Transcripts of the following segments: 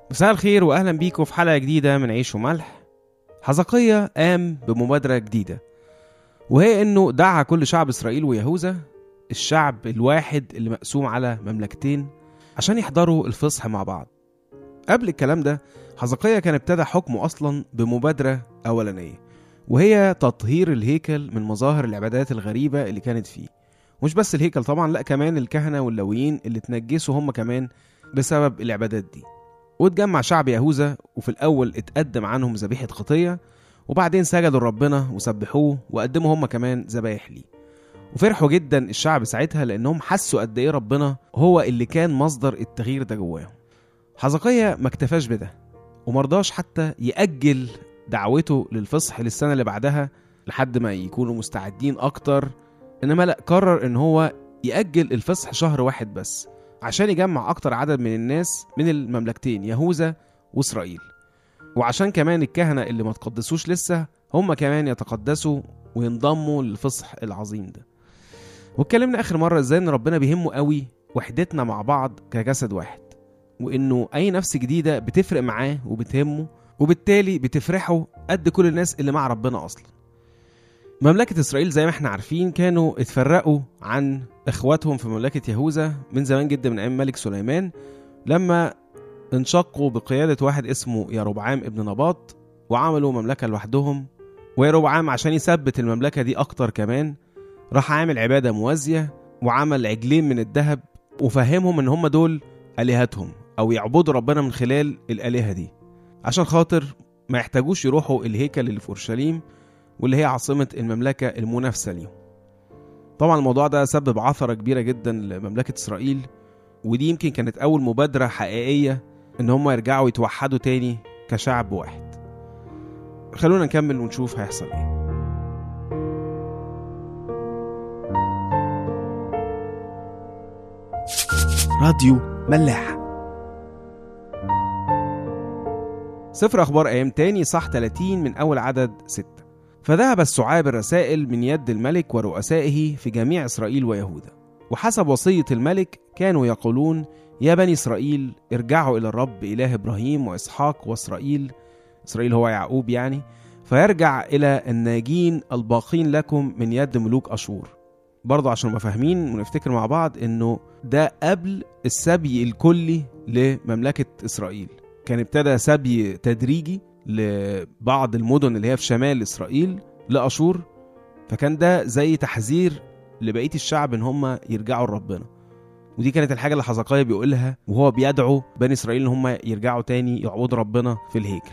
مساء الخير واهلا بيكم في حلقة جديدة من عيش وملح. حزقية قام بمبادرة جديدة، وهي انه دعا كل شعب اسرائيل ويهوذا، الشعب الواحد اللي مقسوم على مملكتين، عشان يحضروا الفصح مع بعض. قبل الكلام ده حزقية كان ابتدى حكمه اصلا بمبادرة اولانية، وهي تطهير الهيكل من مظاهر العبادات الغريبة اللي كانت فيه. مش بس الهيكل طبعا، لا كمان الكهنة واللويين اللي تنجسوا هم كمان بسبب العبادات دي. واتجمع شعب يهوذا، وفي الأول اتقدم عنهم ذبيحة خطية، وبعدين سجدوا لربنا وسبحوه وقدموا هم كمان ذبايح ليه. وفرحوا جدا الشعب ساعتها لأنهم حسوا قد إيه ربنا هو اللي كان مصدر التغيير ده جواهم. حزقية ما اكتفاش بده، ومرضاش حتى يأجل دعوته للفصح للسنة اللي بعدها لحد ما يكونوا مستعدين أكتر، إنما لا، قرر إن هو يأجل الفصح شهر واحد بس عشان يجمع أكتر عدد من الناس من المملكتين يهوذا وإسرائيل، وعشان كمان الكهنة اللي ما تقدسوش لسه هم كمان يتقدسوا وينضموا للفصح العظيم ده. واتكلمنا آخر مرة إزاي إن ربنا بيهمه قوي وحدتنا مع بعض كجسد واحد، وإنه أي نفس جديدة بتفرق معاه وبتهمه، وبالتالي بتفرحه قد كل الناس اللي مع ربنا أصلا. مملكة إسرائيل زي ما احنا عارفين كانوا اتفرقوا عن إخواتهم في مملكة يهوذا من زمان جدا، من أيام ملك سليمان، لما انشقوا بقيادة واحد اسمه يربعام ابن نباط وعملوا مملكة لوحدهم. ويربعام عشان يثبت المملكة دي أكتر كمان راح عامل عبادة موازية وعمل عجلين من الذهب، وفهمهم ان هم دول آلهتهم أو يعبدوا ربنا من خلال الآلهة دي، عشان خاطر ما يحتاجوش يروحوا الهيكل اللي في أورشليم واللي هي عاصمة المملكة المنافسة ليهم. طبعا الموضوع ده سبب عثرة كبيرة جدا لمملكة إسرائيل، ودي يمكن كانت أول مبادرة حقيقية إن هم يرجعوا يتوحدوا تاني كشعب واحد. خلونا نكمل ونشوف هيحصل إيه. راديو ملاح. سفر أخبار أيام تاني صح 30 من أول عدد 6. فذهب السعاب الرسائل من يد الملك ورؤسائه في جميع إسرائيل ويهوذا، وحسب وصية الملك كانوا يقولون: يا بني إسرائيل ارجعوا إلى الرب إله إبراهيم وإسحاق وإسرائيل، إسرائيل هو يعقوب يعني، فيرجع إلى الناجين الباقين لكم من يد ملوك أشور. برضو عشان مفاهمين ونفتكر مع بعض إنه ده قبل السبي الكلي لمملكة إسرائيل، كان ابتدى سبي تدريجي لبعض المدن اللي هي في شمال إسرائيل لأشور، فكان ده زي تحذير لبقية الشعب إن هم يرجعوا لربنا. ودي كانت الحاجة اللي حزقية بيقولها وهو بيدعو بني إسرائيل إن هم يرجعوا تاني يعبدوا ربنا في الهيكل.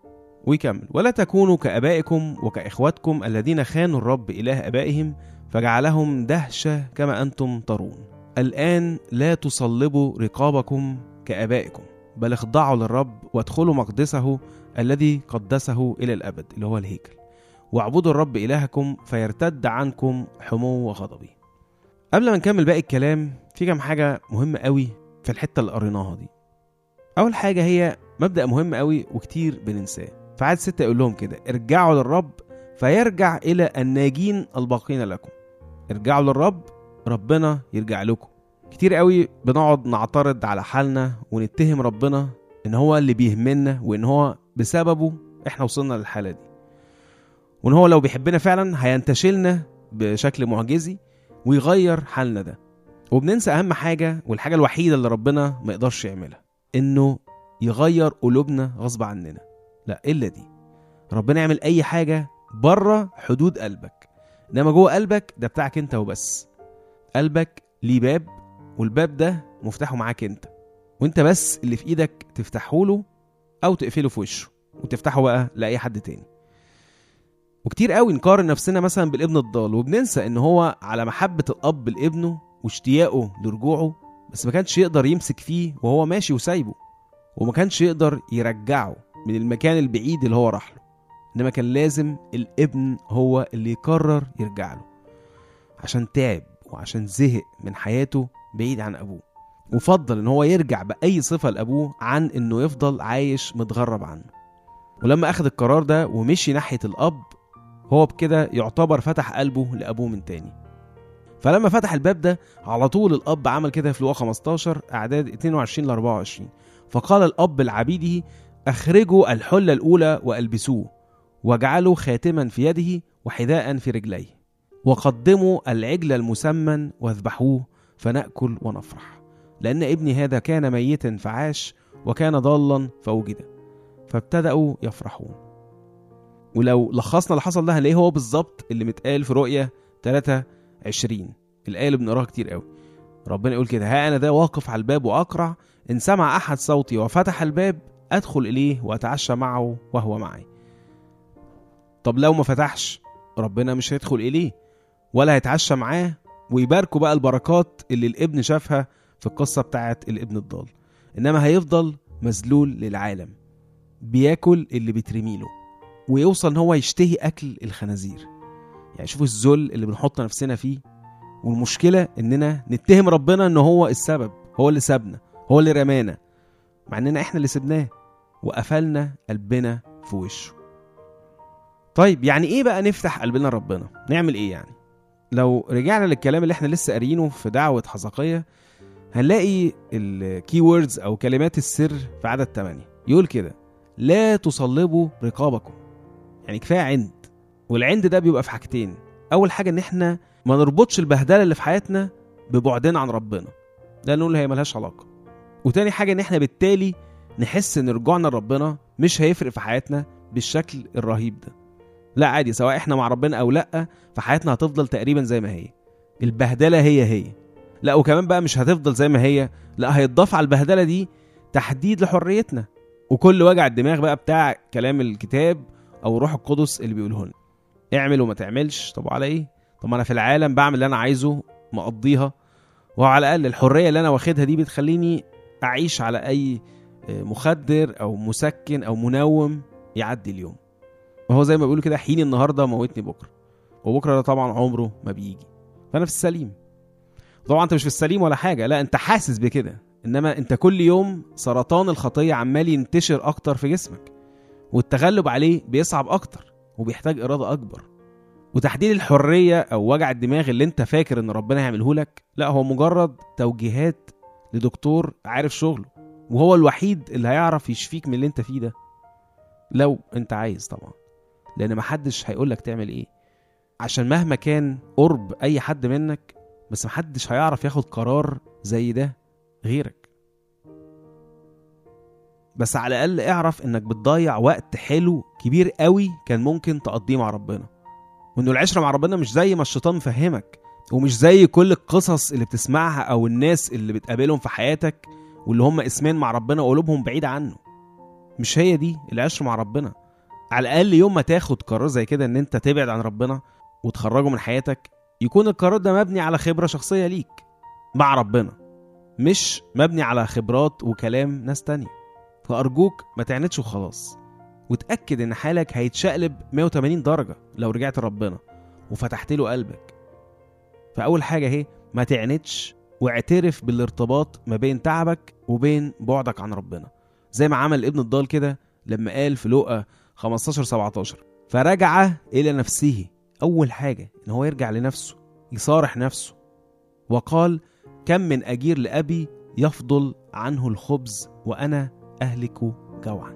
ويكمل: ولا تكونوا كأبائكم وكإخواتكم الذين خانوا الرب إله أبائهم فجعلهم دهشة كما أنتم ترون. الآن لا تصلبوا رقابكم كأبائكم، بل اخضعوا للرب وادخلوا مقدسه الذي قدسه إلى الأبد اللي هو الهيكل، واعبدوا الرب إلهكم فيرتد عنكم حمو وغضبي. قبل ما نكمل باقي الكلام، في كم حاجة مهمة قوي في الحتة اللي قريناها دي. أول حاجة هي مبدأ مهم قوي وكتير بننساه. في عدد 6 يقول لهم كده: ارجعوا للرب فيرجع إلى الناجين الباقين لكم. ارجعوا للرب، ربنا يرجع لكم. كتير قوي بنقعد نعترض على حالنا ونتهم ربنا إن هو اللي بيهمنا، وإن هو بسببه إحنا وصلنا للحالة دي، وإن هو لو بيحبنا فعلا هينتشلنا بشكل معجزي ويغير حالنا ده. وبننسى أهم حاجة والحاجة الوحيدة اللي ربنا ما يقدرش يعملها، إنه يغير قلوبنا غصب عننا. لا، إلا دي. ربنا يعمل أي حاجة بره حدود قلبك، إنما جوه قلبك ده بتاعك أنت وبس. قلبك ليه باب، والباب ده مفتاحه معاك أنت، وأنت بس اللي في إيدك تفتحه له أو تقفله في وشه وتفتحه بقى لأي حد تاني. وكتير قوي نقارن نفسنا مثلا بالابن الضال، وبننسى إن هو على محبة الأب لابنه واشتياقه لرجوعه، بس ما كانش يقدر يمسك فيه وهو ماشي وسايبه، وما كانش يقدر يرجعه من المكان البعيد اللي هو راح له، إنما كان لازم الابن هو اللي يقرر يرجع له، عشان تعب وعشان زهق من حياته بعيد عن أبوه، وفضل إن هو يرجع بأي صفة لأبوه عن إنه يفضل عايش متغرب عنه. ولما أخذ القرار ده ومشي ناحية الأب، هو بكده يعتبر فتح قلبه لأبوه من تاني. فلما فتح الباب ده على طول الأب عمل كده في لوقا 15 أعداد 22-24: فقال الأب لعبيده: أخرجوا الحلة الأولى وألبسوه، واجعلوا خاتما في يده وحذاء في رجليه، وقدموا العجل المسمن واذبحوه، فنأكل ونفرح، لأن ابني هذا كان ميتا فعاش، وكان ضالا فوجد. فابتدأوا يفرحون. ولو لخصنا اللي حصل ده هنلاقيه هو بالظبط اللي متقال في رؤية 23، الآية اللي بنقراها كتير قوي. ربنا يقول كده: ها أنا ذا واقف على الباب وأقرع، إن سمع أحد صوتي وفتح الباب أدخل إليه وأتعشى معه وهو معي. طب لو ما فتحش، ربنا مش هيدخل إليه ولا هيتعشى معاه ويباركوا بقى البركات اللي الابن شافها في القصة بتاعت الابن الضال، إنما هيفضل مذلول للعالم، بياكل اللي بيترميله، ويوصل إن هو يشتهي أكل الخنازير. يعني شوفوا الذل اللي بنحط نفسنا فيه. والمشكلة إننا نتهم ربنا إنه هو السبب، هو اللي سابنا، هو اللي رمانا، مع إننا إحنا اللي سبناه وقفلنا قلبنا في وشه. طيب يعني إيه بقى نفتح قلبنا لربنا؟ نعمل إيه يعني؟ لو رجعنا للكلام اللي إحنا لسه قارينه في دعوة حزقية، هنلاقي الكي ووردز أو كلمات السر في عدد 8. يقول كده: لا تصلبوا رقابكم. يعني كفاية عند. والعند ده بيبقى في حاجتين. أول حاجة إن إحنا ما نربطش البهدلة اللي في حياتنا ببعدنا عن ربنا، ده نقول هي ملهاش علاقة. وتاني حاجة إن إحنا بالتالي نحس إن رجوعنا لربنا مش هيفرق في حياتنا بالشكل الرهيب ده. لا عادي، سواء إحنا مع ربنا أو لأ، فحياتنا هتفضل تقريبا زي ما هي، البهدلة هي. لا وكمان بقى مش هتفضل زي ما هي، لا هيتضاف على البهدلة دي تحديد لحريتنا وكل وجع الدماغ بقى بتاع كلام الكتاب أو روح القدس اللي بيقوله لنا: اعمل وما تعملش. طب على إيه؟ طب أنا في العالم بعمل اللي أنا عايزه، مقضيها، وعلى الأقل الحرية اللي أنا واخدها دي بتخليني أعيش على أي مخدر أو مسكن أو منوم يعدي اليوم. وهو زي ما بيقولوا كده: حين النهاردة موتني بكرة، وبكرة ده طبعا عمره ما بيجي. فأنا في السليم. طبعا أنت مش في السليم ولا حاجة، لا أنت حاسس بكده، إنما أنت كل يوم سرطان الخطية عمال ينتشر أكتر في جسمك، والتغلب عليه بيصعب أكتر وبيحتاج إرادة أكبر. وتحديد الحرية أو وجع الدماغ اللي أنت فاكر إن ربنا هيعمله لك، لا هو مجرد توجيهات لدكتور عارف شغله، وهو الوحيد اللي هيعرف يشفيك من اللي أنت فيه ده لو أنت عايز طبعا، لأن محدش هيقولك تعمل إيه، عشان مهما كان قرب أي حد منك، بس محدش هيعرف ياخد قرار زي ده غيرك. بس على الأقل اعرف إنك بتضيع وقت حلو كبير قوي كان ممكن تقضيه مع ربنا، وإنه العشرة مع ربنا مش زي ما الشيطان مفهمك، ومش زي كل القصص اللي بتسمعها أو الناس اللي بتقابلهم في حياتك واللي هم اسمين مع ربنا وقلوبهم بعيدة عنه. مش هي دي العشرة مع ربنا. على الأقل يوم ما تاخد قرار زي كده إن أنت تبعد عن ربنا وتخرجه من حياتك، يكون القرار ده مبني على خبرة شخصية ليك مع ربنا، مش مبني على خبرات وكلام ناس تانية. فأرجوك ما تعنتش وخلاص، وتأكد إن حالك هيتشقلب 180 درجة لو رجعت ربنا وفتحت له قلبك. فأول حاجة هي ما تعنتش، واعترف بالارتباط ما بين تعبك وبين بعدك عن ربنا، زي ما عمل ابن الضال كده لما قال في لوقا 15-17: فرجع إلى نفسه. أول حاجة إن هو يرجع لنفسه، يصارح نفسه، وقال: كم من أجير لأبي يفضل عنه الخبز وأنا أهلك جوعا.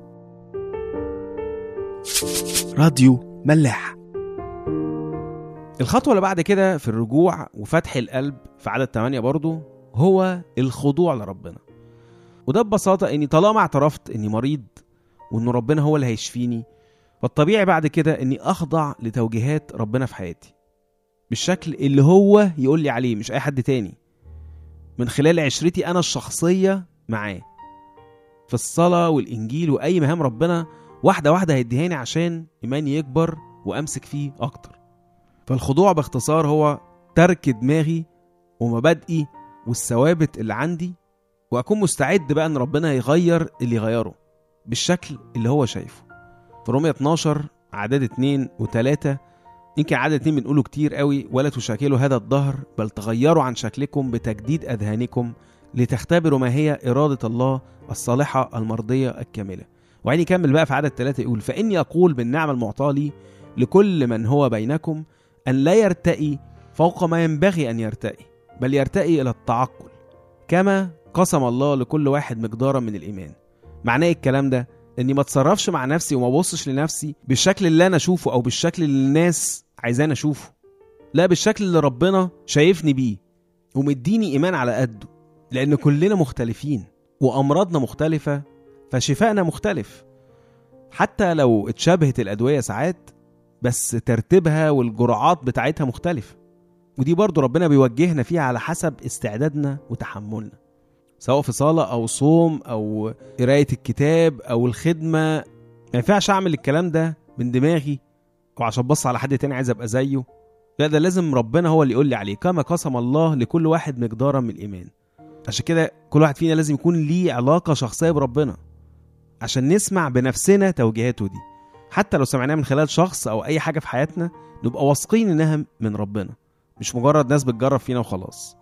راديو ملاح. الخطوة اللي بعد كده في الرجوع وفتح القلب في عدد 8 برضو هو الخضوع لربنا. وده ببساطة إني طالما اعترفت إني مريض وإنه ربنا هو اللي هيشفيني، فالطبيعي بعد كده إني أخضع لتوجيهات ربنا في حياتي بالشكل اللي هو يقول لي عليه، مش أي حد تاني، من خلال عشرتي أنا الشخصية معاه في الصلاة والإنجيل وأي مهام ربنا واحدة واحدة هيديهاني عشان إيماني يكبر وأمسك فيه أكتر. فالخضوع باختصار هو ترك دماغي ومبادئي والثوابت اللي عندي، وأكون مستعد بقى أن ربنا يغير اللي يغيره بالشكل اللي هو شايفه. في رومية 12 عدد 2 و3، يمكن عدد 2 بنقوله كتير قوي: ولا تشاكلوا هذا الدهر بل تغيروا عن شكلكم بتجديد أذهانكم لتختبروا ما هي إرادة الله الصالحة المرضية الكاملة. وعين يكمل بقى في عدد 3 يقول: فإني أقول بالنعمة المعطاة لي لكل من هو بينكم أن لا يرتئي فوق ما ينبغي أن يرتئي، بل يرتئي إلى التعقل كما قسم الله لكل واحد مقدارا من الإيمان. معناه الكلام ده اني ما اتصرفش مع نفسي وما ببصش لنفسي بالشكل اللي انا اشوفه او بالشكل اللي الناس عايزاني اشوفه، لا، بالشكل اللي ربنا شايفني بيه ومديني ايمان على قده. لان كلنا مختلفين وامراضنا مختلفة، فشفائنا مختلف. حتى لو اتشابهت الادوية ساعات، بس ترتيبها والجرعات بتاعتها مختلفة، ودي برضو ربنا بيوجهنا فيها على حسب استعدادنا وتحملنا، سواء في صلاة أو صوم أو قراية الكتاب أو الخدمة. ما ينفعش أعمل الكلام ده من دماغي أو عشان بص على حد تاني عايز أبقى زيه، لا، ده لازم ربنا هو اللي يقول لي عليه. كما قسم الله لكل واحد مقدارا من الإيمان. عشان كده كل واحد فينا لازم يكون ليه علاقة شخصية بربنا عشان نسمع بنفسنا توجيهاته دي. حتى لو سمعناها من خلال شخص أو أي حاجة في حياتنا، نبقى واثقين إنها من ربنا، مش مجرد ناس بتجرب فينا وخلاص.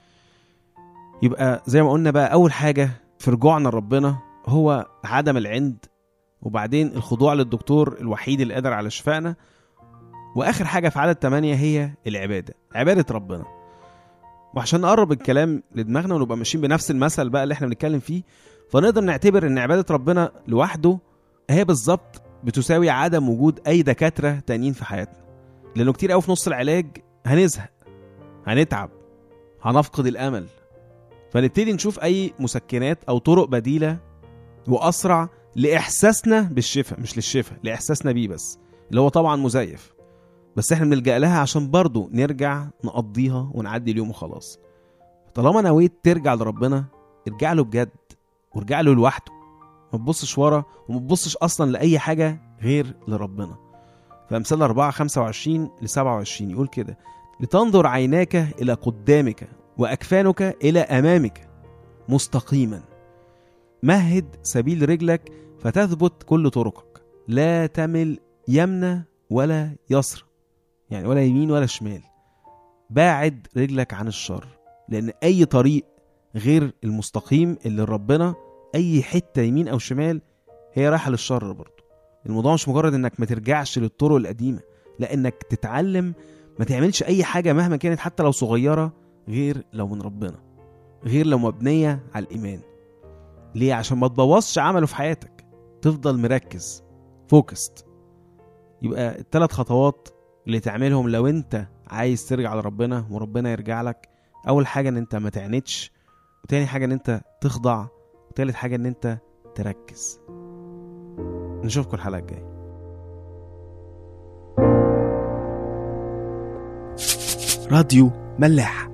يبقى زي ما قلنا بقى، أول حاجة في رجوعنا لربنا هو عدم العند، وبعدين الخضوع للدكتور الوحيد اللي قادر على شفائنا، وآخر حاجة في عدد 8 هي العبادة، عبادة ربنا. وعشان نقرب الكلام لدماغنا ونبقى ماشيين بنفس المثل بقى اللي احنا بنتكلم فيه، فنقدر نعتبر ان عبادة ربنا لوحده هي بالظبط بتساوي عدم وجود أي دكاترة تانيين في حياتنا. لأنه كتير قوي في نص العلاج هنزهق، هنتعب، هنفقد الأمل، فنبتدي نشوف أي مسكنات أو طرق بديلة وأسرع لإحساسنا بالشفاء، مش للشفاء، لإحساسنا بيه بس، اللي هو طبعا مزيف، بس احنا بنلجأ لها عشان برضو نرجع نقضيها ونعدي اليوم وخلاص. طالما نويت ترجع لربنا، ارجع له بجد وارجع له لوحده، ما تبصش ورا وما تبصش أصلا لأي حاجة غير لربنا. فأمثال 4:25-27 يقول كده: لتنظر عيناك إلى قدامك وأكفانك إلى أمامك مستقيما، مهد سبيل رجلك فتثبت كل طرقك، لا تمل يمنى ولا يسرى، يعني ولا يمين ولا شمال. باعد رجلك عن الشر، لأن أي طريق غير المستقيم اللي ربنا، أي حتة يمين أو شمال، هي رايحة للشر برضو. الموضوع مش مجرد انك ما ترجعش للطرق القديمة، لا، انك تتعلم ما تعملش اي حاجة مهما كانت حتى لو صغيرة غير لو من ربنا، غير لو مبنية على الإيمان. ليه؟ عشان ما تبوظش عمله في حياتك، تفضل مركز فوكست. يبقى الثلاث خطوات اللي تعملهم لو انت عايز ترجع لربنا وربنا يرجع لك: اول حاجة ان انت ما تعنتش، وتاني حاجة ان انت تخضع، وتالت حاجة ان انت تركز. نشوفكم الحلقة الجاية. راديو ملاح.